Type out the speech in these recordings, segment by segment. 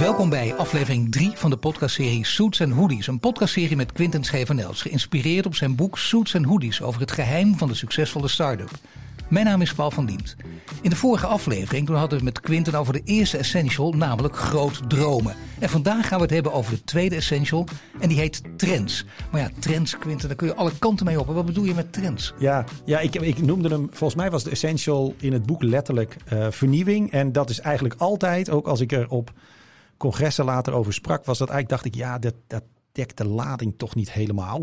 Welkom bij aflevering 3 van de podcastserie Suits and Hoodies. Een podcastserie met Quinten Schevenels, geïnspireerd op zijn boek Suits and Hoodies over het geheim van de succesvolle start-up. Mijn naam is Paul van Diemt. In de vorige aflevering toen hadden we het met Quinten over de eerste essential, namelijk groot dromen. En vandaag gaan we het hebben over de tweede essential en die heet trends. Maar ja, trends, Quinten, daar kun je alle kanten mee op. En wat bedoel je met trends? Ja, ik noemde hem, volgens mij was de essential in het boek letterlijk vernieuwing. En dat is eigenlijk altijd, ook als ik er op congressen later over sprak, was dat eigenlijk, dacht ik, ja, dat dekt de lading toch niet helemaal.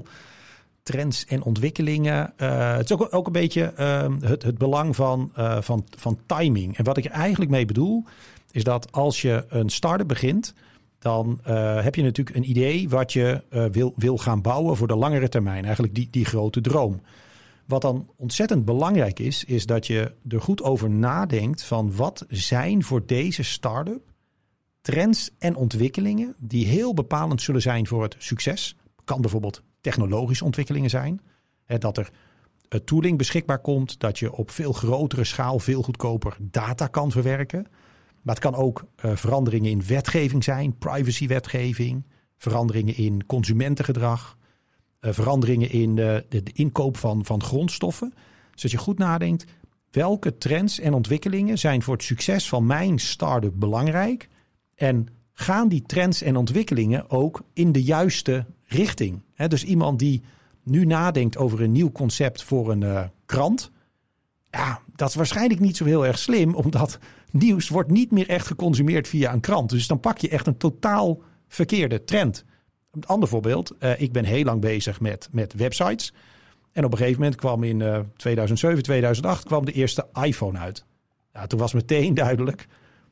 Trends en ontwikkelingen. Het is ook een beetje het belang van timing. En wat ik er eigenlijk mee bedoel, is dat als je een start-up begint, dan heb je natuurlijk een idee wat je wil gaan bouwen voor de langere termijn. Eigenlijk die grote droom. Wat dan ontzettend belangrijk is dat je er goed over nadenkt van wat zijn voor deze start-up trends en ontwikkelingen die heel bepalend zullen zijn voor het succes. Kan bijvoorbeeld technologische ontwikkelingen zijn. Dat er tooling beschikbaar komt. Dat je op veel grotere schaal veel goedkoper data kan verwerken. Maar het kan ook veranderingen in wetgeving zijn. Privacywetgeving. Veranderingen in consumentengedrag. Veranderingen in de inkoop van grondstoffen. Dus dat je goed nadenkt. Welke trends en ontwikkelingen zijn voor het succes van mijn start-up belangrijk? En gaan die trends en ontwikkelingen ook in de juiste richting? Dus iemand die nu nadenkt over een nieuw concept voor een krant. Ja, dat is waarschijnlijk niet zo heel erg slim. Omdat nieuws wordt niet meer echt geconsumeerd via een krant. Dus dan pak je echt een totaal verkeerde trend. Een ander voorbeeld. Ik ben heel lang bezig met websites. En op een gegeven moment kwam in 2007, 2008 kwam de eerste iPhone uit. Ja, toen was meteen duidelijk.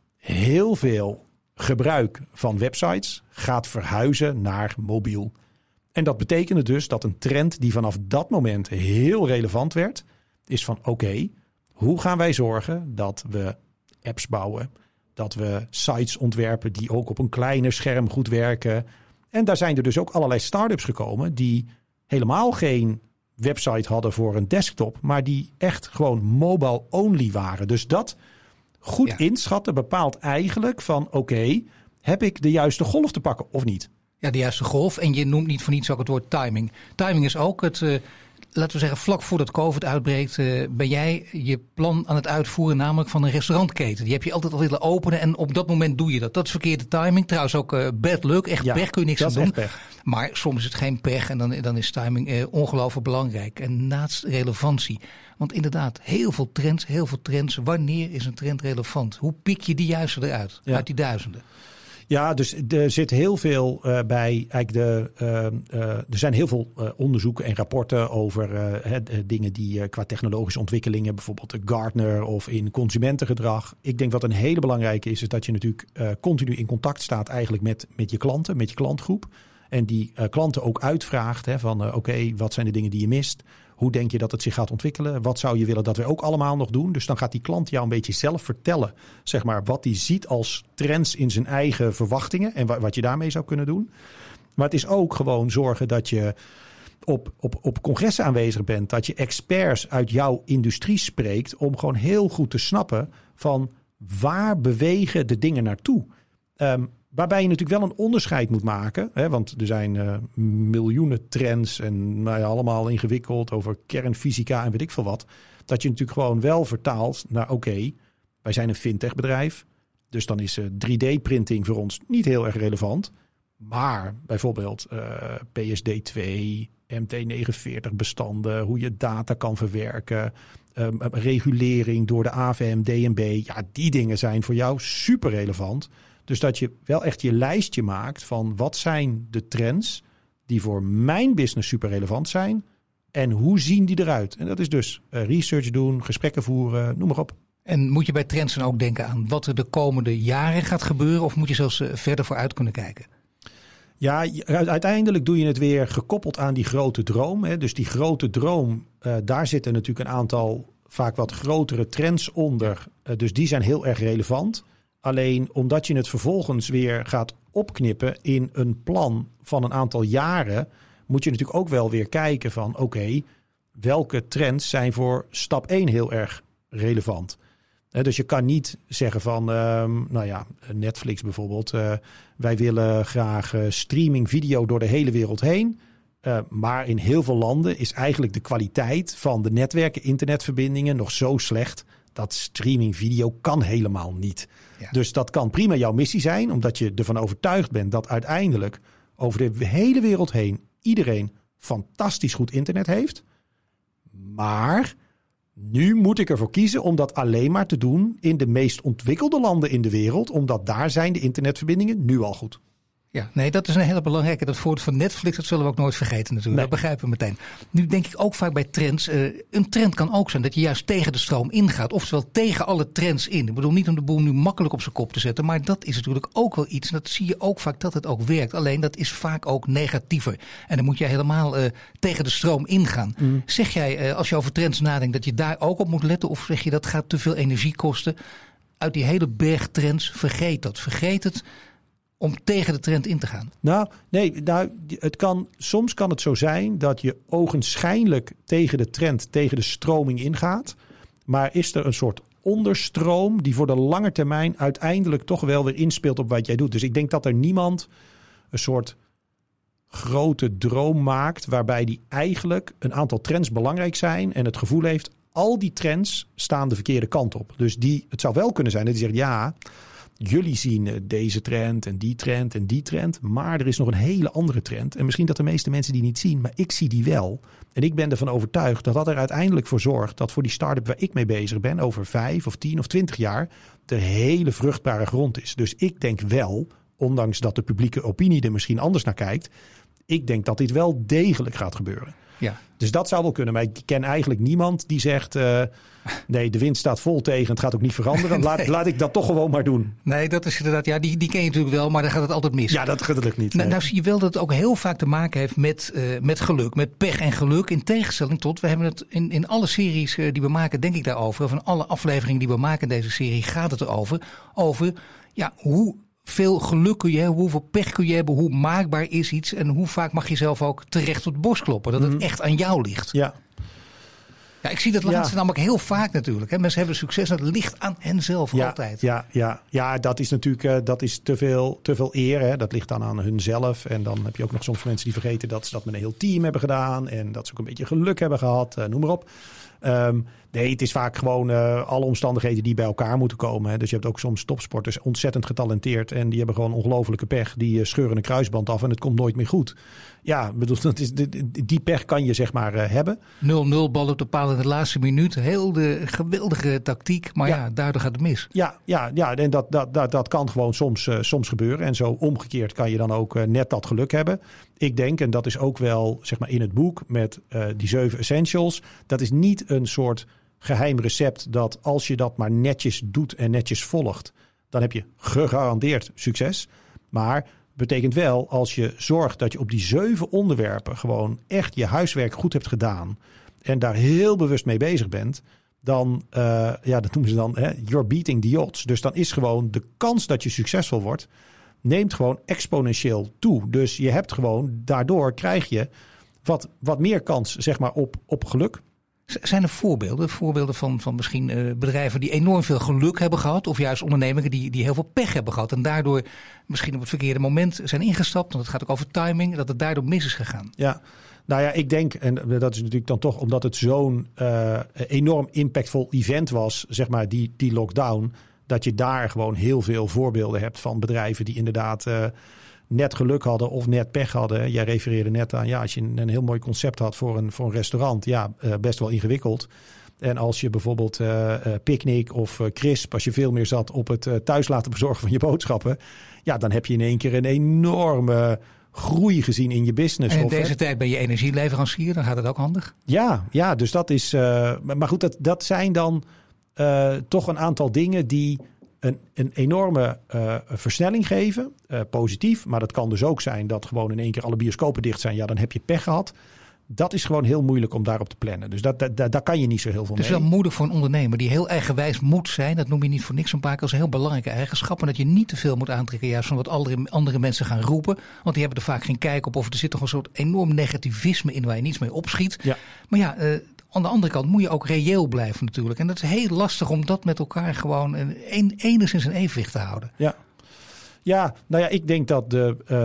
Heel veel gebruik van websites gaat verhuizen naar mobiel. En dat betekende dus dat een trend die vanaf dat moment heel relevant werd, is van oké, hoe gaan wij zorgen dat we apps bouwen, dat we sites ontwerpen die ook op een kleiner scherm goed werken. En daar zijn er dus ook allerlei start-ups gekomen die helemaal geen website hadden voor een desktop, maar die echt gewoon mobile only waren. Dus dat goed inschatten bepaalt eigenlijk van oké, heb ik de juiste golf te pakken of niet? Ja, de juiste golf. En je noemt niet voor niets ook het woord timing. Timing is ook het, laten we zeggen, vlak voordat COVID uitbreekt, ben jij je plan aan het uitvoeren, namelijk van een restaurantketen. Die heb je altijd al willen openen en op dat moment doe je dat. Dat is verkeerde timing. Trouwens ook bad luck. Echt pech, kun je niks aan doen. Maar soms is het geen pech en dan is timing ongelooflijk belangrijk. En naast relevantie. Want inderdaad, heel veel trends. Wanneer is een trend relevant? Hoe pik je die juiste eruit? Ja. Uit die duizenden? Ja, dus er zit heel veel bij. Er zijn heel veel onderzoeken en rapporten over dingen die qua technologische ontwikkelingen, bijvoorbeeld Gartner of in consumentengedrag. Ik denk wat een hele belangrijke is dat je natuurlijk continu in contact staat eigenlijk met je klanten, met je klantgroep. En die klanten ook uitvraagt van oké, wat zijn de dingen die je mist? Hoe denk je dat het zich gaat ontwikkelen? Wat zou je willen dat we ook allemaal nog doen? Dus dan gaat die klant jou een beetje zelf vertellen, zeg maar, wat hij ziet als trends in zijn eigen verwachtingen en wat je daarmee zou kunnen doen. Maar het is ook gewoon zorgen dat je op congressen aanwezig bent, dat je experts uit jouw industrie spreekt om gewoon heel goed te snappen van waar bewegen de dingen naartoe. Waarbij je natuurlijk wel een onderscheid moet maken. Want er zijn miljoenen trends en allemaal ingewikkeld over kernfysica en weet ik veel wat. Dat je natuurlijk gewoon wel vertaalt naar oké, wij zijn een fintech bedrijf. Dus dan is 3D-printing voor ons niet heel erg relevant. Maar bijvoorbeeld PSD2, MT49 bestanden, hoe je data kan verwerken, regulering door de AVM, DNB. Ja, die dingen zijn voor jou super relevant. Dus dat je wel echt je lijstje maakt van wat zijn de trends die voor mijn business super relevant zijn en hoe zien die eruit. En dat is dus research doen, gesprekken voeren, noem maar op. En moet je bij trends dan ook denken aan wat er de komende jaren gaat gebeuren of moet je zelfs verder vooruit kunnen kijken? Ja, uiteindelijk doe je het weer gekoppeld aan die grote droom. Dus die grote droom, daar zitten natuurlijk een aantal vaak wat grotere trends onder. Dus die zijn heel erg relevant. Alleen omdat je het vervolgens weer gaat opknippen in een plan van een aantal jaren, moet je natuurlijk ook wel weer kijken van oké, welke trends zijn voor stap 1 heel erg relevant. Dus je kan niet zeggen van, Netflix bijvoorbeeld. Wij willen graag streaming video door de hele wereld heen. Maar in heel veel landen is eigenlijk de kwaliteit van de netwerken, internetverbindingen nog zo slecht dat streaming video kan helemaal niet. Ja. Dus dat kan prima jouw missie zijn, omdat je ervan overtuigd bent dat uiteindelijk over de hele wereld heen iedereen fantastisch goed internet heeft. Maar nu moet ik ervoor kiezen om dat alleen maar te doen in de meest ontwikkelde landen in de wereld, omdat daar zijn de internetverbindingen nu al goed. Ja, nee, dat is een hele belangrijke. Dat voorbeeld van Netflix, dat zullen we ook nooit vergeten natuurlijk. Nee. Dat begrijpen we meteen. Nu denk ik ook vaak bij trends. Een trend kan ook zijn dat je juist tegen de stroom ingaat. Oftewel tegen alle trends in. Ik bedoel niet om de boel nu makkelijk op zijn kop te zetten. Maar dat is natuurlijk ook wel iets. En dat zie je ook vaak dat het ook werkt. Alleen dat is vaak ook negatiever. En dan moet je helemaal tegen de stroom ingaan. Zeg jij, als je over trends nadenkt, dat je daar ook op moet letten? Of zeg je dat gaat te veel energie kosten? Uit die hele berg trends, vergeet dat. Vergeet het om tegen de trend in te gaan? Soms kan het zo zijn dat je ogenschijnlijk tegen de trend, tegen de stroming ingaat. Maar is er een soort onderstroom die voor de lange termijn uiteindelijk toch wel weer inspeelt op wat jij doet. Dus ik denk dat er niemand een soort grote droom maakt waarbij die eigenlijk een aantal trends belangrijk zijn en het gevoel heeft, al die trends staan de verkeerde kant op. Dus het zou wel kunnen zijn dat die zegt, ja, jullie zien deze trend en die trend en die trend. Maar er is nog een hele andere trend. En misschien dat de meeste mensen die niet zien, maar ik zie die wel. En ik ben ervan overtuigd dat er uiteindelijk voor zorgt dat voor die start-up waar ik mee bezig ben, over 5 of 10 of 20 jaar, de hele vruchtbare grond is. Dus ik denk wel, ondanks dat de publieke opinie er misschien anders naar kijkt, ik denk dat dit wel degelijk gaat gebeuren. Ja. Dus dat zou wel kunnen. Maar ik ken eigenlijk niemand die zegt, nee, de wind staat vol tegen, het gaat ook niet veranderen. Laat ik dat toch gewoon maar doen. Nee, dat is inderdaad, ja, die ken je natuurlijk wel, maar dan gaat het altijd mis. Ja, dat lukt niet. Nou zie je wel dat het ook heel vaak te maken heeft met geluk, met pech en geluk. In tegenstelling tot, we hebben het in alle series die we maken, denk ik daarover. Van alle afleveringen die we maken in deze serie gaat het erover. Over, ja, hoe veel geluk kun je hebben, hoeveel pech kun je hebben, hoe maakbaar is iets en hoe vaak mag je zelf ook terecht op de borst kloppen. Dat het echt aan jou ligt. Ja. Ja, ik zie dat laatste namelijk heel vaak natuurlijk. Hè. Mensen hebben succes en het ligt aan henzelf altijd. Ja, dat is natuurlijk te veel eer. Hè. Dat ligt dan aan hunzelf. En dan heb je ook nog soms mensen die vergeten dat ze dat met een heel team hebben gedaan. En dat ze ook een beetje geluk hebben gehad. Noem maar op. Nee, het is vaak gewoon alle omstandigheden die bij elkaar moeten komen. Hè. Dus je hebt ook soms topsporters ontzettend getalenteerd. En die hebben gewoon ongelofelijke pech. Die scheuren een kruisband af en het komt nooit meer goed. Ja, bedoel, die pech kan je zeg maar hebben. 0-0 bal op de paal in de laatste minuut. Heel de geweldige tactiek. Maar ja, daardoor gaat het mis. Ja, en dat kan gewoon soms gebeuren. En zo omgekeerd kan je dan ook net dat geluk hebben. Ik denk, en dat is ook wel zeg maar in het boek met die 7 essentials. Dat is niet een soort geheim recept dat als je dat maar netjes doet en netjes volgt, dan heb je gegarandeerd succes. Maar betekent wel, als je zorgt dat je op die 7 onderwerpen gewoon echt je huiswerk goed hebt gedaan en daar heel bewust mee bezig bent, dan, dat noemen ze dan, you're beating the odds. Dus dan is gewoon de kans dat je succesvol wordt, neemt gewoon exponentieel toe. Dus je hebt gewoon, daardoor krijg je wat meer kans zeg maar op geluk. Zijn er voorbeelden van misschien bedrijven die enorm veel geluk hebben gehad, of juist ondernemingen die heel veel pech hebben gehad en daardoor misschien op het verkeerde moment zijn ingestapt, want het gaat ook over timing, dat het daardoor mis is gegaan? Ja, nou ja, ik denk, en dat is natuurlijk dan toch omdat het zo'n enorm impactvol event was, zeg maar die lockdown, dat je daar gewoon heel veel voorbeelden hebt van bedrijven die inderdaad net geluk hadden of net pech hadden. Jij refereerde net aan, als je een heel mooi concept had voor een restaurant, best wel ingewikkeld. En als je bijvoorbeeld Picnic of Crisp, als je veel meer zat op het thuis laten bezorgen van je boodschappen, dan heb je in één keer een enorme groei gezien in je business. En in deze tijd ben je energieleverancier, dan gaat het ook handig. Ja, dus dat is. Maar goed, dat zijn dan toch een aantal dingen die een enorme versnelling geven. Positief, maar dat kan dus ook zijn dat gewoon in één keer alle bioscopen dicht zijn. Ja, dan heb je pech gehad. Dat is gewoon heel moeilijk om daarop te plannen. Dus daar kan je niet zo heel veel mee. Het is wel moedig voor een ondernemer die heel eigenwijs moet zijn. Dat noem je niet voor niks een paar keer als een heel belangrijke eigenschap. En dat je niet te veel moet aantrekken juist van wat andere mensen gaan roepen. Want die hebben er vaak geen kijk op. Of er zit toch een soort enorm negativisme in waar je niets mee opschiet. Ja. Maar aan de andere kant moet je ook reëel blijven natuurlijk. En dat is heel lastig om dat met elkaar gewoon enigszins in evenwicht te houden. Ja, nou ja, ik denk dat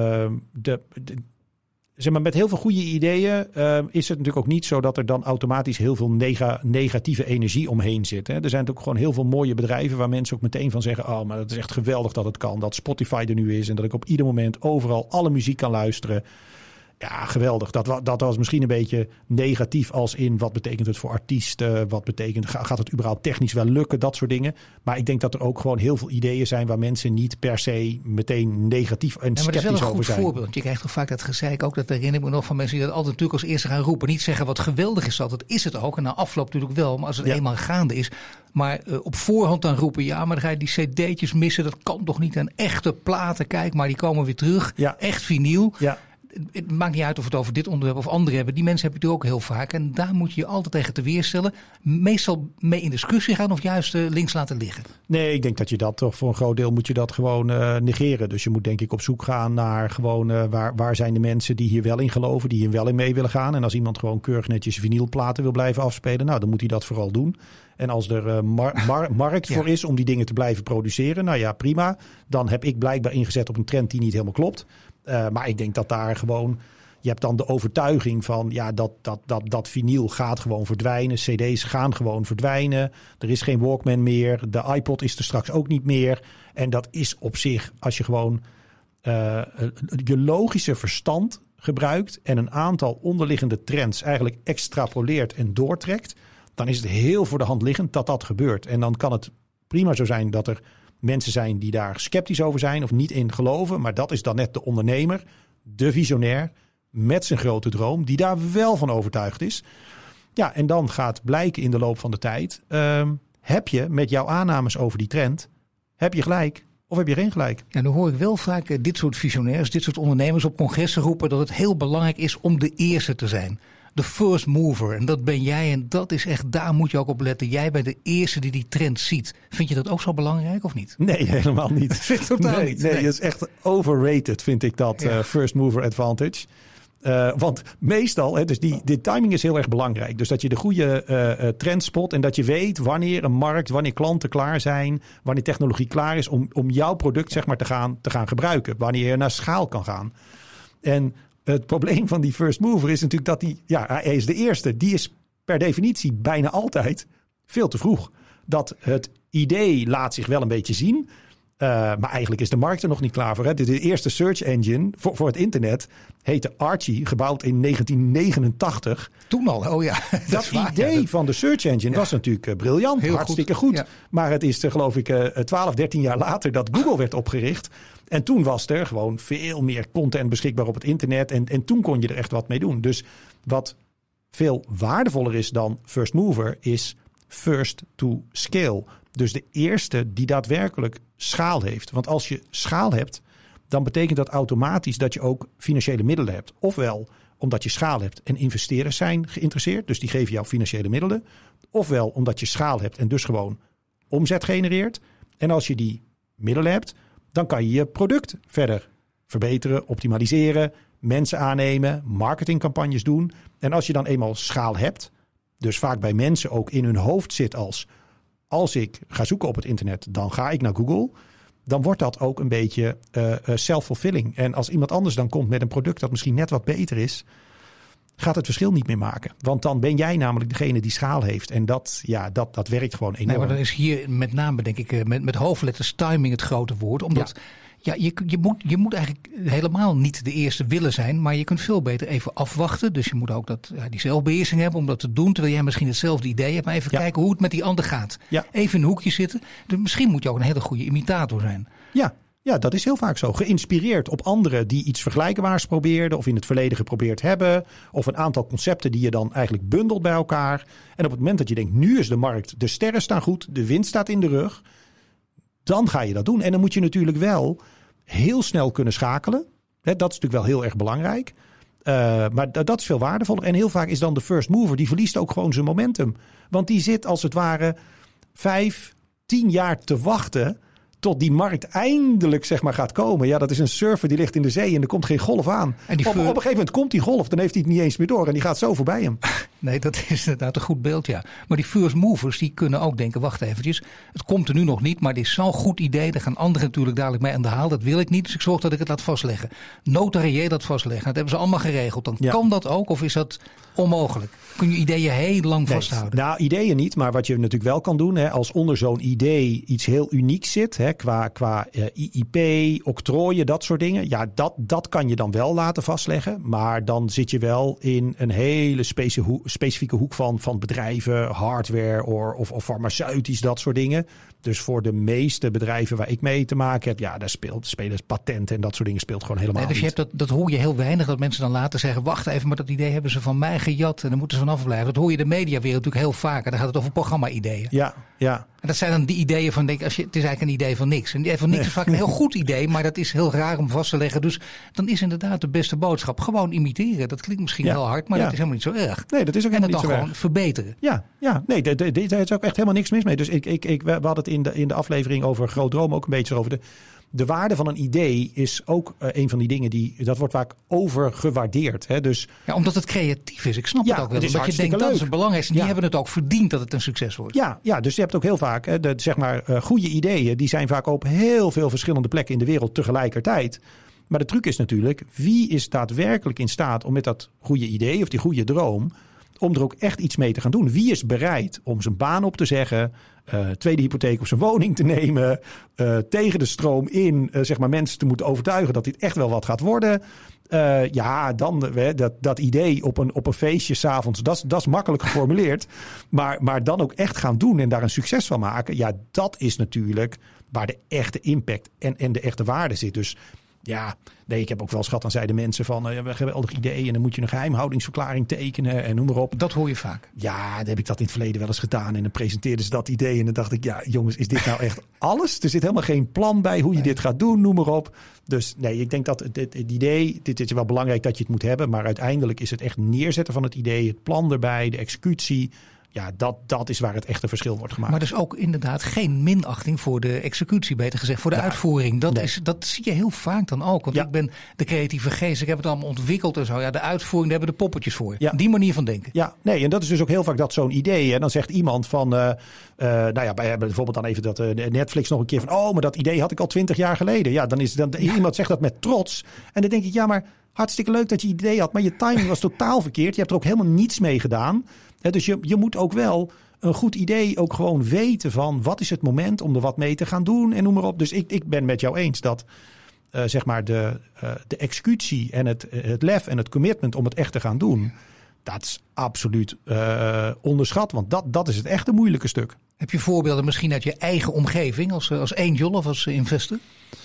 zeg maar, met heel veel goede ideeën is het natuurlijk ook niet zo dat er dan automatisch heel veel negatieve energie omheen zit. Hè. Er zijn ook gewoon heel veel mooie bedrijven waar mensen ook meteen van zeggen, oh, maar dat is echt geweldig dat het kan. Dat Spotify er nu is en dat ik op ieder moment overal alle muziek kan luisteren. Ja, geweldig. Dat was misschien een beetje negatief als in wat betekent het voor artiesten? Wat betekent, gaat het überhaupt technisch wel lukken? Dat soort dingen. Maar ik denk dat er ook gewoon heel veel ideeën zijn waar mensen niet per se meteen negatief en sceptisch over zijn. Maar dat is wel een goed voorbeeld. Je krijgt toch vaak dat gezeik ook. Dat herinner ik me nog van mensen die dat altijd natuurlijk als eerste gaan roepen. Niet zeggen wat geweldig is dat is het ook. En na afloop natuurlijk wel. Maar als het eenmaal gaande is. Maar op voorhand dan roepen, ja, maar dan ga je die cd'tjes missen. Dat kan toch niet. En echte platen, kijk maar, die komen weer terug. Ja. Echt vinyl. Ja. Het maakt niet uit of we het over dit onderwerp of andere hebben. Die mensen heb je ook heel vaak. En daar moet je je altijd tegen te weerstellen. Meestal mee in discussie gaan of juist links laten liggen. Nee, ik denk dat je dat toch voor een groot deel moet je dat gewoon negeren. Dus je moet denk ik op zoek gaan naar gewoon waar zijn de mensen die hier wel in geloven. Die hier wel in mee willen gaan. En als iemand gewoon keurig netjes vinylplaten wil blijven afspelen. Nou, dan moet hij dat vooral doen. En als er markt voor is om die dingen te blijven produceren. Nou ja, prima. Dan heb ik blijkbaar ingezet op een trend die niet helemaal klopt. Maar ik denk dat daar gewoon, je hebt dan de overtuiging van ja, dat vinyl gaat gewoon verdwijnen. CD's gaan gewoon verdwijnen. Er is geen Walkman meer. De iPod is er straks ook niet meer. En dat is op zich, als je gewoon je logische verstand gebruikt en een aantal onderliggende trends eigenlijk extrapoleert en doortrekt, dan is het heel voor de hand liggend dat dat gebeurt. En dan kan het prima zo zijn dat er mensen zijn die daar sceptisch over zijn of niet in geloven. Maar dat is dan net de ondernemer, de visionair met zijn grote droom, die daar wel van overtuigd is. Ja, en dan gaat blijken in de loop van de tijd, heb je met jouw aannames over die trend, heb je gelijk of heb je geen gelijk? Ja, dan hoor ik wel vaak dit soort visionairs, dit soort ondernemers op congressen roepen dat het heel belangrijk is om de eerste te zijn. De first mover. En dat ben jij. En dat is echt, daar moet je ook op letten. Jij bent de eerste die trend ziet. Vind je dat ook zo belangrijk of niet? Nee, helemaal niet. Totaal niet. Nee, dat is echt overrated, vind ik dat first mover advantage. Want meestal, dus die timing is heel erg belangrijk. Dus dat je de goede trend spot en dat je weet wanneer een markt, wanneer klanten klaar zijn, wanneer technologie klaar is om jouw product zeg maar te gaan gebruiken. Wanneer je naar schaal kan gaan. En het probleem van die first mover is natuurlijk dat hij is de eerste. Die is per definitie bijna altijd veel te vroeg. Dat het idee laat zich wel een beetje zien. Maar eigenlijk is de markt er nog niet klaar voor. Hè? De eerste search engine voor het internet heette Archie, gebouwd in 1989. Toen al, oh ja. Dat idee van de search engine was natuurlijk briljant. Heel hartstikke goed. Ja. Maar het is geloof ik 12, 13 jaar later dat Google werd opgericht. En toen was er gewoon veel meer content beschikbaar op het internet. En toen kon je er echt wat mee doen. Dus wat veel waardevoller is dan first mover is first to scale. Dus de eerste die daadwerkelijk schaal heeft. Want als je schaal hebt, dan betekent dat automatisch dat je ook financiële middelen hebt. Ofwel omdat je schaal hebt en investeerders zijn geïnteresseerd. Dus die geven jou financiële middelen. Ofwel omdat je schaal hebt en dus gewoon omzet genereert. En als je die middelen hebt, dan kan je je product verder verbeteren, optimaliseren, mensen aannemen, marketingcampagnes doen. En als je dan eenmaal schaal hebt, dus vaak bij mensen ook in hun hoofd zit als ik ga zoeken op het internet, dan ga ik naar Google. Dan wordt dat ook een beetje self-fulfilling. En als iemand anders dan komt met een product dat misschien net wat beter is, gaat het verschil niet meer maken. Want dan ben jij namelijk degene die schaal heeft. En dat werkt gewoon enorm. Nee, maar dan is hier met name, denk ik, met hoofdletters timing het grote woord. Omdat je moet eigenlijk helemaal niet de eerste willen zijn. Maar je kunt veel beter even afwachten. Dus je moet ook die zelfbeheersing hebben om dat te doen. Terwijl jij misschien hetzelfde idee hebt. Maar even kijken hoe het met die ander gaat. Ja. Even in een hoekje zitten. Dus misschien moet je ook een hele goede imitator zijn. Ja, dat is heel vaak zo. Geïnspireerd op anderen die iets vergelijkbaars probeerden of in het verleden geprobeerd hebben. Of een aantal concepten die je dan eigenlijk bundelt bij elkaar. En op het moment dat je denkt, nu is de markt, de sterren staan goed, de wind staat in de rug. Dan ga je dat doen. En dan moet je natuurlijk wel heel snel kunnen schakelen. Dat is natuurlijk wel heel erg belangrijk. Maar dat is veel waardevoller. En heel vaak is dan de first mover, die verliest ook gewoon zijn momentum. Want die zit als het ware 5, 10 jaar te wachten tot die markt eindelijk zeg maar gaat komen. Ja, dat is een surfer die ligt in de zee en er komt geen golf aan. En op een gegeven moment komt die golf, dan heeft hij het niet eens meer door en die gaat zo voorbij hem. Nee, dat is inderdaad een goed beeld, ja. Maar die first movers, die kunnen ook denken, wacht eventjes. Het komt er nu nog niet, maar dit is zo'n goed idee. Daar gaan anderen natuurlijk dadelijk mee aan de haal. Dat wil ik niet, dus ik zorg dat ik het laat vastleggen. Notarieel dat vastleggen. Dat hebben ze allemaal geregeld. Dan kan dat ook, of is dat onmogelijk? Kun je ideeën heel lang vasthouden? Nou, ideeën niet, maar wat je natuurlijk wel kan doen, hè, als onder zo'n idee iets heel unieks zit, hè, qua IIP, octrooien, dat soort dingen. Ja, dat kan je dan wel laten vastleggen. Maar dan zit je wel in een hele specifieke hoek van bedrijven, hardware of farmaceutisch, dat soort dingen. Dus voor de meeste bedrijven waar ik mee te maken heb, ja, daar spelen patenten en dat soort dingen speelt gewoon helemaal dus niet. Je hebt dat hoor je heel weinig, dat mensen dan later zeggen, wacht even, maar dat idee hebben ze van mij gejat en dan moeten ze vanaf blijven. Dat hoor je de media weer natuurlijk heel vaak. En dan gaat het over programma-ideeën. Ja. En dat zijn dan die ideeën van, het is eigenlijk een idee van niks. En die idee van niks is vaak een heel goed idee, maar dat is heel raar om vast te leggen. Dus dan is inderdaad de beste boodschap gewoon imiteren. Dat klinkt misschien heel hard, maar dat is helemaal niet zo erg. Nee, dat is ook helemaal niet zo erg. En dan gewoon verbeteren. Ja. Nee, daar is ook echt helemaal niks mis mee. Dus we hadden het in de aflevering over Groot Droom ook een beetje over de waarde van een idee is ook een van die dingen dat wordt vaak overgewaardeerd. Hè? Dus, omdat het creatief is. Ik snap het ook wel. Het is omdat je denkt, leuk. dat is het belangrijkste. Die hebben het ook verdiend dat het een succes wordt. Ja, dus je hebt ook heel vaak, goede ideeën. Die zijn vaak op heel veel verschillende plekken in de wereld tegelijkertijd. Maar de truc is natuurlijk, wie is daadwerkelijk in staat om met dat goede idee of die goede droom, om er ook echt iets mee te gaan doen? Wie is bereid om zijn baan op te zeggen, tweede hypotheek op zijn woning te nemen, tegen de stroom in, mensen te moeten overtuigen dat dit echt wel wat gaat worden? Dan dat idee op een feestje 's avonds, dat is makkelijk geformuleerd. Maar dan ook echt gaan doen en daar een succes van maken. Ja, dat is natuurlijk waar de echte impact en de echte waarde zit. Dus ja, nee, ik heb ook wel eens gehad, dan zeiden mensen van, we hebben een geweldig idee en dan moet je een geheimhoudingsverklaring tekenen en noem maar op. Dat hoor je vaak. Ja, dan heb ik dat in het verleden wel eens gedaan en dan presenteerden ze dat idee en dan dacht ik, ja jongens, is dit nou echt alles? Er zit helemaal geen plan bij hoe je dit gaat doen, noem maar op. Dus nee, ik denk dat het idee, dit is wel belangrijk dat je het moet hebben, maar uiteindelijk is het echt neerzetten van het idee, het plan erbij, de executie. Ja, dat is waar het echte verschil wordt gemaakt. Maar dus ook inderdaad geen minachting voor de executie, beter gezegd, voor de uitvoering. Dat zie je heel vaak dan ook. Want ik ben de creatieve geest, ik heb het allemaal ontwikkeld en zo. Ja, de uitvoering, daar hebben de poppetjes voor. Ja. Die manier van denken. Ja, nee, en dat is dus ook heel vaak dat zo'n idee. En dan zegt iemand van, wij hebben bijvoorbeeld dan even dat Netflix nog een keer van, maar dat idee had ik al 20 jaar geleden. Ja, dan iemand zegt dat met trots. En dan denk ik, ja, maar hartstikke leuk dat je idee had, maar je timing was totaal verkeerd. Je hebt er ook helemaal niets mee gedaan. Dus je moet ook wel een goed idee ook gewoon weten van wat is het moment om er wat mee te gaan doen en noem maar op. Dus ik ben met jou eens dat de executie en het lef en het commitment om het echt te gaan doen, dat is absoluut onderschat. Want dat is het echte moeilijke stuk. Heb je voorbeelden misschien uit je eigen omgeving als angel of als investor?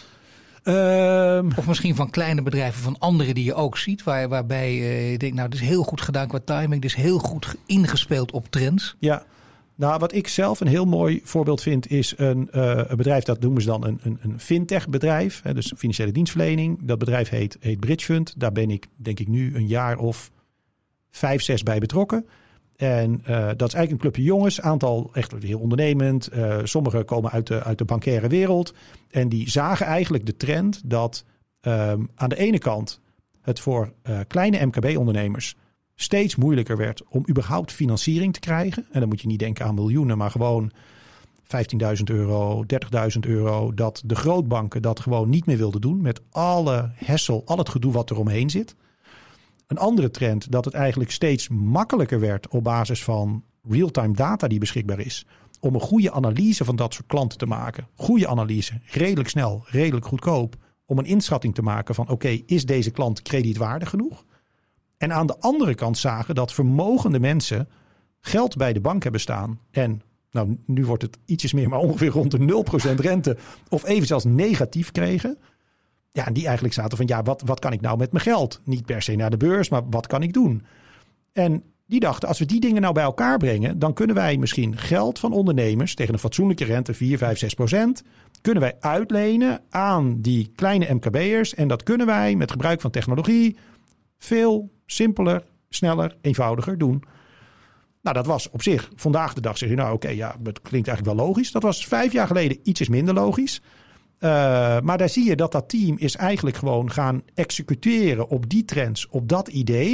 Of misschien van kleine bedrijven, van anderen die je ook ziet. Waarbij je denkt, nou, dit is heel goed gedaan qua timing. Dit is heel goed ingespeeld op trends. Ja, nou, wat ik zelf een heel mooi voorbeeld vind, is een bedrijf, dat noemen ze dan een fintech bedrijf. Hè, dus financiële dienstverlening. Dat bedrijf heet Bridge Fund. Daar ben ik, denk ik, nu een jaar of 5, 6 bij betrokken. En dat is eigenlijk een clubje jongens, aantal echt heel ondernemend. Sommigen komen uit de bankaire wereld. En die zagen eigenlijk de trend dat aan de ene kant het voor kleine MKB-ondernemers steeds moeilijker werd om überhaupt financiering te krijgen. En dan moet je niet denken aan miljoenen, maar gewoon €15.000, €30.000. Dat de grootbanken dat gewoon niet meer wilden doen met alle hassle, al het gedoe wat er omheen zit. Een andere trend dat het eigenlijk steeds makkelijker werd op basis van real-time data die beschikbaar is, om een goede analyse van dat soort klanten te maken. Goede analyse, redelijk snel, redelijk goedkoop, om een inschatting te maken van oké, is deze klant kredietwaardig genoeg? En aan de andere kant zagen dat vermogende mensen geld bij de bank hebben staan. En nou, nu wordt het ietsjes meer, maar ongeveer rond de 0% rente of even zelfs negatief kregen. Ja, en die eigenlijk zaten van ja, wat kan ik nou met mijn geld? Niet per se naar de beurs, maar wat kan ik doen? En die dachten, als we die dingen nou bij elkaar brengen, dan kunnen wij misschien geld van ondernemers tegen een fatsoenlijke rente, 4, 5, 6%, kunnen wij uitlenen aan die kleine MKB'ers. En dat kunnen wij met gebruik van technologie veel simpeler, sneller, eenvoudiger doen. Nou, dat was op zich, vandaag de dag zeg je, nou oké, ja, het klinkt eigenlijk wel logisch. Dat was 5 jaar geleden ietsjes minder logisch. Maar daar zie je dat team is eigenlijk gewoon gaan executeren op die trends, op dat idee,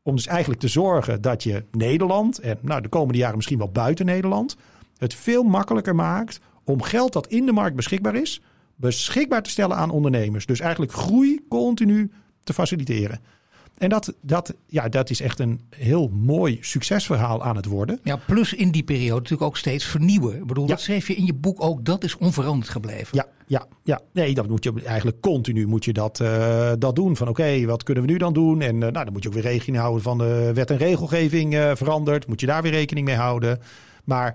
Om dus eigenlijk te zorgen dat je Nederland en de komende jaren misschien wel buiten Nederland het veel makkelijker maakt om geld dat in de markt beschikbaar is, beschikbaar te stellen aan ondernemers. Dus eigenlijk groei continu te faciliteren. En dat is echt een heel mooi succesverhaal aan het worden. Ja, plus in die periode natuurlijk ook steeds vernieuwen. Ik bedoel, dat schreef je in je boek ook, dat is onveranderd gebleven. Ja. Nee, dat moet je eigenlijk continu dat doen. Van oké, wat kunnen we nu dan doen? En dan moet je ook weer rekening houden van de wet en regelgeving verandert. Moet je daar weer rekening mee houden. Maar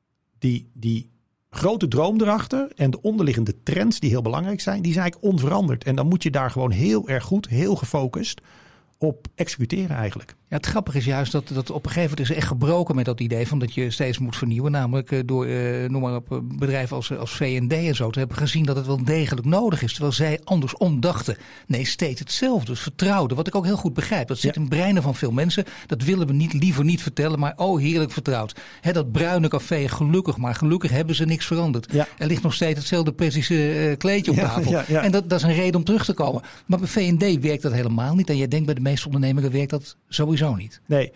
die grote droom erachter en de onderliggende trends die heel belangrijk zijn, die zijn eigenlijk onveranderd. En dan moet je daar gewoon heel erg goed, heel gefocust op executeren eigenlijk. Ja, het grappige is juist dat op een gegeven moment is echt gebroken met dat idee van dat je steeds moet vernieuwen. Namelijk door noem maar op bedrijven als V&D en zo te hebben gezien dat het wel degelijk nodig is. Terwijl zij andersom dachten. Nee, steeds hetzelfde. Dus vertrouwden. Wat ik ook heel goed begrijp. Dat zit in breinen van veel mensen. Dat willen we liever niet vertellen. Maar heerlijk vertrouwd. Dat bruine café, gelukkig hebben ze niks veranderd. Ja. Er ligt nog steeds hetzelfde precies kleedje op tafel. Ja. En dat is een reden om terug te komen. Maar bij V&D werkt dat helemaal niet. En jij denkt bij de meeste ondernemingen werkt dat sowieso niet. Nee.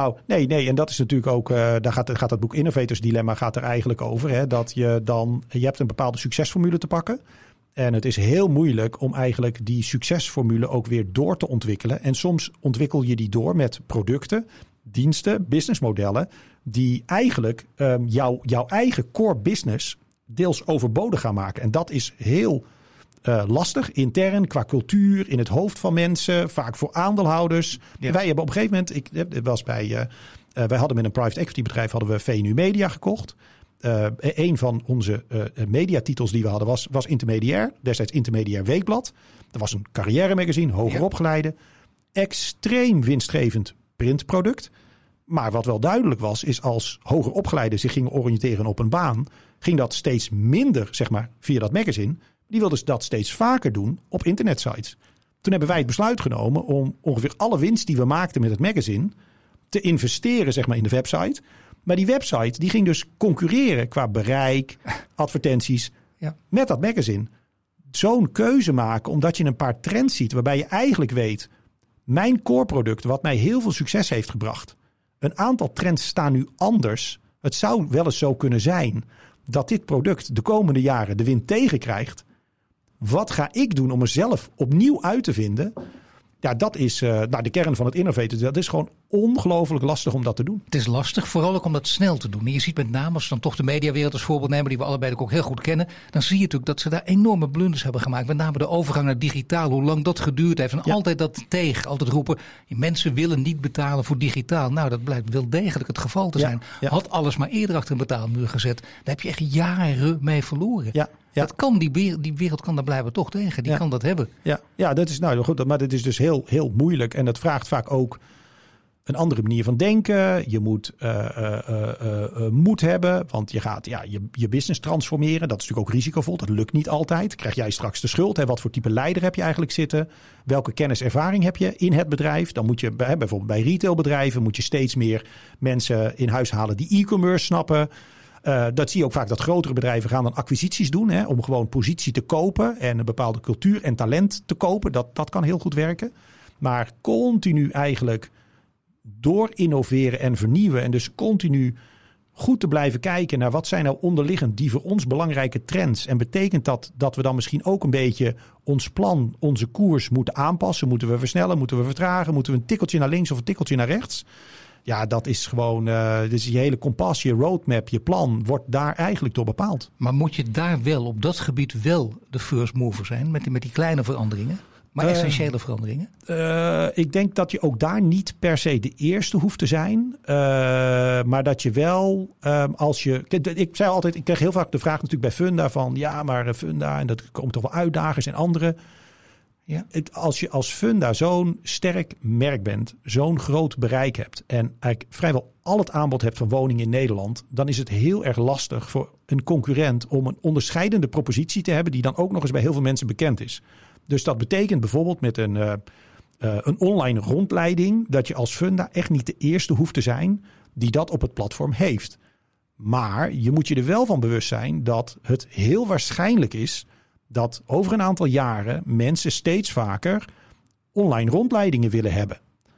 En dat is natuurlijk ook, daar gaat dat boek Innovators Dilemma gaat er eigenlijk over. Hè, dat je hebt een bepaalde succesformule te pakken. En het is heel moeilijk om eigenlijk die succesformule ook weer door te ontwikkelen. En soms ontwikkel je die door met producten, diensten, businessmodellen die eigenlijk jouw eigen core business deels overbodig gaan maken. En dat is heel lastig, intern, qua cultuur, in het hoofd van mensen, vaak voor aandeelhouders. Ja. Wij hebben op een gegeven moment, wij hadden met een private equity bedrijf hadden we VNU Media gekocht. Een van onze mediatitels die we hadden was Intermediair, destijds Intermediair Weekblad. Dat was een carrière magazine, hoger opgeleide. Extreem winstgevend printproduct. Maar wat wel duidelijk was, is als hoger opgeleiden zich gingen oriënteren op een baan, ging dat steeds minder, zeg maar, via dat magazine. Die wilden dat steeds vaker doen op internetsites. Toen hebben wij het besluit genomen om ongeveer alle winst die we maakten met het magazine te investeren, zeg maar, in de website. Maar die website die ging dus concurreren qua bereik, advertenties met dat magazine. Zo'n keuze maken omdat je een paar trends ziet waarbij je eigenlijk weet, mijn core product wat mij heel veel succes heeft gebracht. Een aantal trends staan nu anders. Het zou wel eens zo kunnen zijn dat dit product de komende jaren de wind tegenkrijgt. Wat ga ik doen om mezelf opnieuw uit te vinden? Ja, dat is de kern van het innovator. Dat is gewoon ongelooflijk lastig om dat te doen. Het is lastig, vooral ook om dat snel te doen. En je ziet met name, als we dan toch de mediawereld als voorbeeld nemen, die we allebei ook heel goed kennen, dan zie je natuurlijk dat ze daar enorme blunders hebben gemaakt. Met name de overgang naar digitaal, hoe lang dat geduurd heeft. En altijd dat altijd roepen, mensen willen niet betalen voor digitaal. Nou, dat blijkt wel degelijk het geval te zijn. Ja. Had alles maar eerder achter een betaalmuur gezet. Daar heb je echt jaren mee verloren. Ja. Dat kan, die wereld kan daar blijven toch tegen. Die kan dat hebben. Ja, dat is goed. Maar dat is dus heel, heel moeilijk. En dat vraagt vaak ook een andere manier van denken. Je moet moed hebben. Want je gaat je business transformeren. Dat is natuurlijk ook risicovol. Dat lukt niet altijd. Krijg jij straks de schuld. Hè? Wat voor type leider heb je eigenlijk zitten? Welke kennis, ervaring heb je in het bedrijf? Dan moet je bijvoorbeeld bij retailbedrijven moet je steeds meer mensen in huis halen die e-commerce snappen. Dat zie je ook vaak dat grotere bedrijven gaan dan acquisities doen. Om gewoon positie te kopen en een bepaalde cultuur en talent te kopen. Dat kan heel goed werken. Maar continu eigenlijk door innoveren en vernieuwen. En dus continu goed te blijven kijken naar wat zijn nou onderliggend die voor ons belangrijke trends. En betekent dat we dan misschien ook een beetje ons plan, onze koers moeten aanpassen. Moeten we versnellen, moeten we vertragen, moeten we een tikkeltje naar links of een tikkeltje naar rechts. Ja, dat is gewoon, dus je hele kompas, je roadmap, je plan wordt daar eigenlijk door bepaald. Maar moet je daar wel, op dat gebied wel de first mover zijn met die kleine veranderingen? Maar essentiële veranderingen? Ik denk dat je ook daar niet per se de eerste hoeft te zijn. Maar dat je wel, ik zei altijd, ik kreeg heel vaak de vraag natuurlijk bij Funda van, ja, maar Funda, en dat komen toch wel uitdagers en andere. Ja. Als je als Funda zo'n sterk merk bent, zo'n groot bereik hebt en eigenlijk vrijwel al het aanbod hebt van woningen in Nederland, dan is het heel erg lastig voor een concurrent om een onderscheidende propositie te hebben die dan ook nog eens bij heel veel mensen bekend is. Dus dat betekent bijvoorbeeld met een online rondleiding dat je als Funda echt niet de eerste hoeft te zijn die dat op het platform heeft. Maar je moet je er wel van bewust zijn dat het heel waarschijnlijk is dat over een aantal jaren mensen steeds vaker online rondleidingen willen hebben.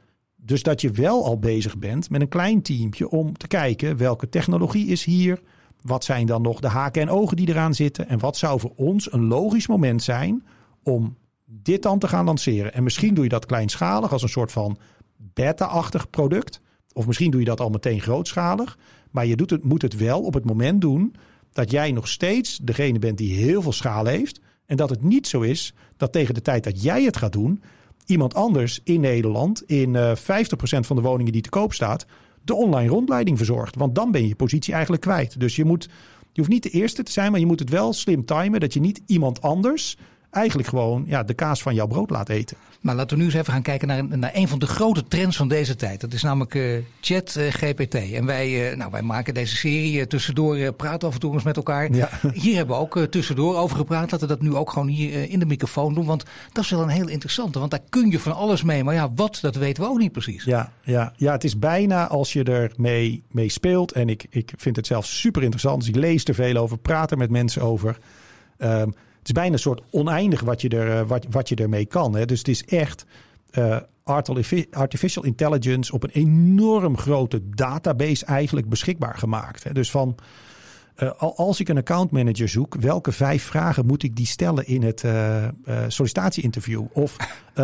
Dus dat je wel al bezig bent met een klein teampje om te kijken welke technologie is hier. Wat zijn dan nog de haken en ogen die eraan zitten? En wat zou voor ons een logisch moment zijn om dit dan te gaan lanceren? En misschien doe je dat kleinschalig als een soort van beta-achtig product. Of misschien doe je dat al meteen grootschalig. Maar je moet het wel op het moment doen dat jij nog steeds degene bent die heel veel schaal heeft. En dat het niet zo is dat tegen de tijd dat jij het gaat doen, iemand anders in Nederland in 50% van de woningen die te koop staat, de online rondleiding verzorgt. Want dan ben je je positie eigenlijk kwijt. Dus je hoeft niet de eerste te zijn, maar je moet het wel slim timen dat je niet iemand anders eigenlijk gewoon de kaas van jouw brood laat eten. Maar laten we nu eens even gaan kijken naar een van de grote trends van deze tijd. Dat is namelijk ChatGPT. En wij maken deze serie tussendoor, praten af en toe eens met elkaar. Ja. Hier hebben we ook tussendoor over gepraat. Laten we dat nu ook gewoon hier in de microfoon doen. Want dat is wel een heel interessante. Want daar kun je van alles mee. Maar wat, dat weten we ook niet precies. Ja, het is bijna als je er mee speelt. En ik vind het zelf super interessant. Dus ik lees er veel over, praat er met mensen over. Het is bijna een soort oneindig wat je ermee kan. Hè. Dus het is echt artificial intelligence op een enorm grote database eigenlijk beschikbaar gemaakt. Hè. Dus als ik een account manager zoek, welke 5 vragen moet ik die stellen in het sollicitatie-interview? Of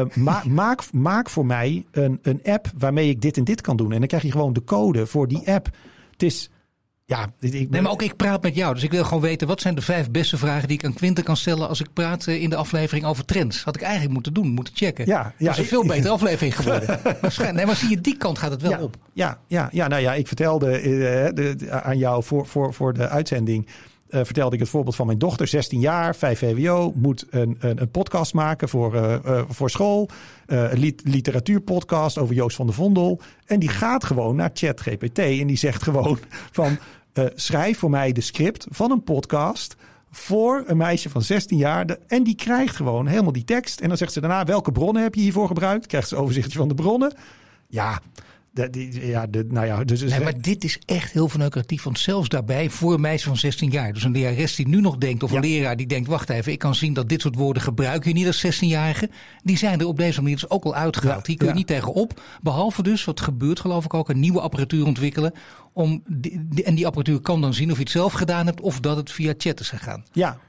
maak voor mij een app waarmee ik dit en dit kan doen. En dan krijg je gewoon de code voor die app. Het is... Ja, maar ook ik praat met jou. Dus ik wil gewoon weten, wat zijn de 5 beste vragen die ik aan Quinten kan stellen als ik praat in de aflevering over trends? Had ik eigenlijk moeten checken. Dat is een veel betere aflevering geworden. Maar zie je, die kant gaat het wel op. Ik vertelde aan jou voor de uitzending, vertelde ik het voorbeeld van mijn dochter, 16 jaar, 5 VWO, moet een podcast maken voor school. Een literatuurpodcast over Joost van der Vondel. En die gaat gewoon naar ChatGPT en die zegt gewoon van, schrijf voor mij de script van een podcast voor een meisje van 16 jaar. En die krijgt gewoon helemaal die tekst. En dan zegt ze daarna, welke bronnen heb je hiervoor gebruikt? Krijgt ze een overzichtje van de bronnen. Ja, maar dit is echt heel verneukeratief. Want zelfs daarbij voor een meisje van 16 jaar. Dus een lerares die nu nog denkt, of een leraar die denkt, wacht even, ik kan zien dat dit soort woorden gebruik je niet als 16-jarige. Die zijn er op deze manier dus ook al uitgehaald. Hier kun je niet tegenop. Behalve dus, wat gebeurt geloof ik ook, een nieuwe apparatuur ontwikkelen. En die apparatuur kan dan zien of je het zelf gedaan hebt of dat het via chat is gegaan.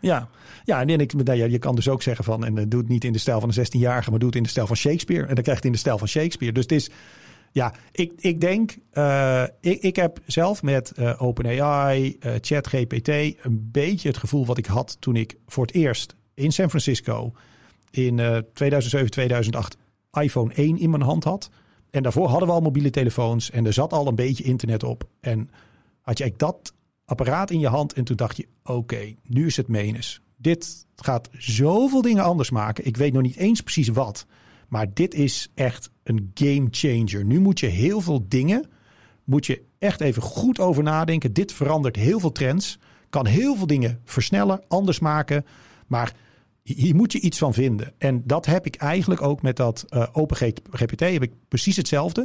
Ja, en je kan dus ook zeggen van, en doe het niet in de stijl van een 16-jarige, maar doe het in de stijl van Shakespeare. En dan krijg je het in de stijl van Shakespeare. Dus het is... Ja, ik denk, ik heb zelf met OpenAI, ChatGPT een beetje het gevoel wat ik had toen ik voor het eerst in San Francisco in 2007, 2008 iPhone 1 in mijn hand had. En daarvoor hadden we al mobiele telefoons en er zat al een beetje internet op. En had je eigenlijk dat apparaat in je hand en toen dacht je, oké, nu is het menens. Dit gaat zoveel dingen anders maken. Ik weet nog niet eens precies wat. Maar dit is echt een game changer. Nu moet je heel veel dingen, moet je echt even goed over nadenken. Dit verandert heel veel trends. Kan heel veel dingen versnellen, anders maken. Maar hier moet je iets van vinden. En dat heb ik eigenlijk ook met dat OpenGPT. Heb ik precies hetzelfde.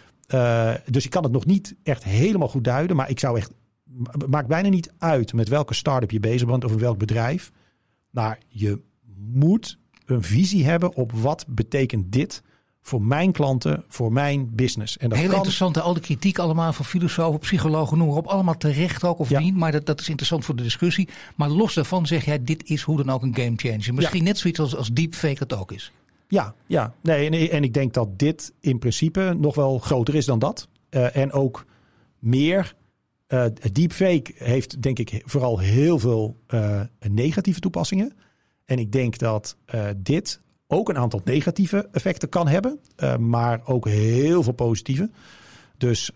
Dus ik kan het nog niet echt helemaal goed duiden. Maar ik zou echt, maakt bijna niet uit met welke start-up je bezig bent of in welk bedrijf. Maar je moet een visie hebben op wat betekent dit voor mijn klanten, voor mijn business. En dat heel interessant, al de kritiek allemaal van filosofen, psychologen, noem maar op. Allemaal terecht ook of niet, maar dat is interessant voor de discussie. Maar los daarvan zeg jij, dit is hoe dan ook een game changer. Misschien net zoiets als deepfake dat ook is. Ja. Nee, en ik denk dat dit in principe nog wel groter is dan dat. En ook meer. Deepfake heeft denk ik vooral heel veel negatieve toepassingen. En ik denk dat dit ook een aantal negatieve effecten kan hebben. Maar ook heel veel positieve. Dus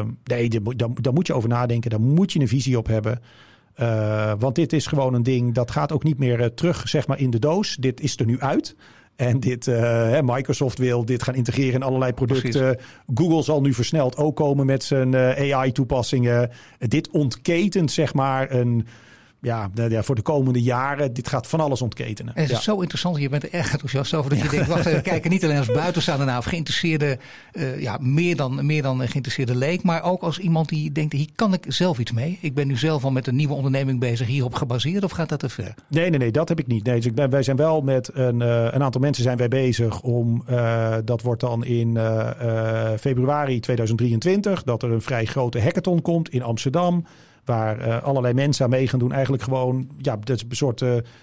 daar moet je over nadenken. Daar moet je een visie op hebben. Want dit is gewoon een ding, dat gaat ook niet meer terug zeg maar in de doos. Dit is er nu uit. En Microsoft wil dit gaan integreren in allerlei producten. Precies. Google zal nu versneld ook komen met zijn AI-toepassingen. Dit ontketent zeg maar voor de komende jaren. Dit gaat van alles ontketenen. En het is zo interessant. Je bent er erg enthousiast over dat je denkt, wacht even, we kijken niet alleen als buitenstaander naar of geïnteresseerde, meer dan geïnteresseerde leek. Maar ook als iemand die denkt, hier kan ik zelf iets mee. Ik ben nu zelf al met een nieuwe onderneming bezig, hierop gebaseerd, of gaat dat te ver? Nee, dat heb ik niet. Nee, dus wij zijn wel met een aantal mensen zijn wij bezig om, dat wordt dan in februari 2023, dat er een vrij grote hackathon komt in Amsterdam. Waar allerlei mensen aan mee gaan doen. Eigenlijk gewoon, dat is een soort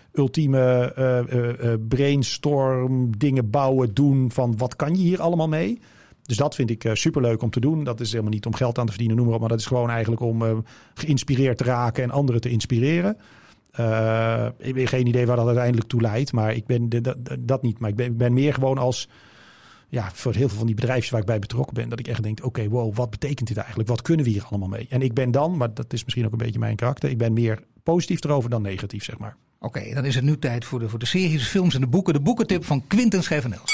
ultieme brainstorm, dingen bouwen, doen van wat kan je hier allemaal mee. Dus dat vind ik superleuk om te doen. Dat is helemaal niet om geld aan te verdienen, noem maar op. Maar dat is gewoon eigenlijk om geïnspireerd te raken en anderen te inspireren. Ik heb geen idee waar dat uiteindelijk toe leidt. Maar ik ben dat niet. Maar ik ben meer gewoon als... voor heel veel van die bedrijfjes waar ik bij betrokken ben, dat ik echt denk, oké, wow, wat betekent dit eigenlijk? Wat kunnen we hier allemaal mee? En ik ben dan, maar dat is misschien ook een beetje mijn karakter, ik ben meer positief erover dan negatief, zeg maar. Oké, dan is het nu tijd voor de series, films en de boeken. De boekentip van Quinten Schijvenels.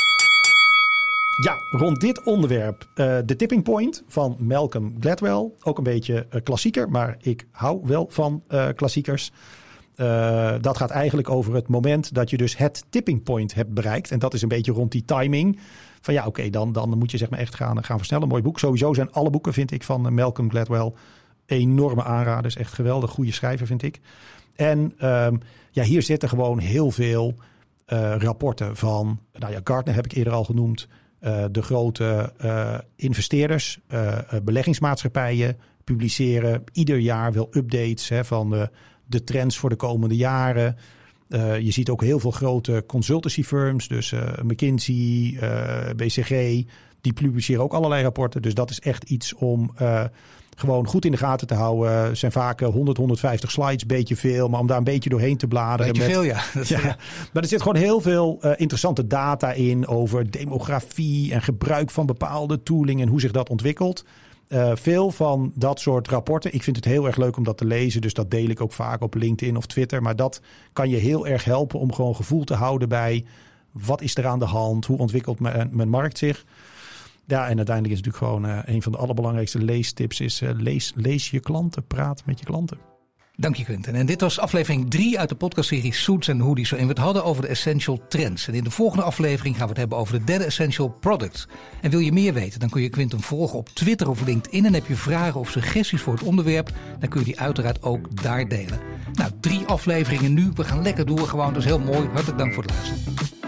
Ja, rond dit onderwerp The Tipping Point van Malcolm Gladwell. Ook een beetje klassieker, maar ik hou wel van klassiekers. Dat gaat eigenlijk over het moment dat je dus het tipping point hebt bereikt. En dat is een beetje rond die timing. Van dan moet je zeg maar echt gaan versnellen. Mooi boek. Sowieso zijn alle boeken, vind ik, van Malcolm Gladwell enorme aanraders. Echt geweldig, goede schrijver, vind ik. En hier zitten gewoon heel veel rapporten van... Gartner heb ik eerder al genoemd. De grote investeerders, beleggingsmaatschappijen publiceren ieder jaar wel updates van de trends voor de komende jaren. Je ziet ook heel veel grote consultancy firms. Dus McKinsey, BCG. Die publiceren ook allerlei rapporten. Dus dat is echt iets om gewoon goed in de gaten te houden. Er zijn vaak 100, 150 slides. Beetje veel. Maar om daar een beetje doorheen te bladeren. Beetje veel, ja. Maar er zit gewoon heel veel interessante data in. Over demografie en gebruik van bepaalde tooling. En hoe zich dat ontwikkelt. Veel van dat soort rapporten. Ik vind het heel erg leuk om dat te lezen. Dus dat deel ik ook vaak op LinkedIn of Twitter. Maar dat kan je heel erg helpen om gewoon gevoel te houden bij... wat is er aan de hand? Hoe ontwikkelt mijn markt zich? Ja, en uiteindelijk is het natuurlijk gewoon een van de allerbelangrijkste leestips is... lees je klanten, praat met je klanten. Dank je, Quinten. En dit was aflevering 3 uit de podcastserie Suits and Hoodies. En we het hadden over de Essential Trends. En in de volgende aflevering gaan we het hebben over de derde Essential Product. En wil je meer weten, dan kun je Quinten volgen op Twitter of LinkedIn. En heb je vragen of suggesties voor het onderwerp, dan kun je die uiteraard ook daar delen. 3 afleveringen nu. We gaan lekker door gewoon. Dat is heel mooi. Hartelijk dank voor het luisteren.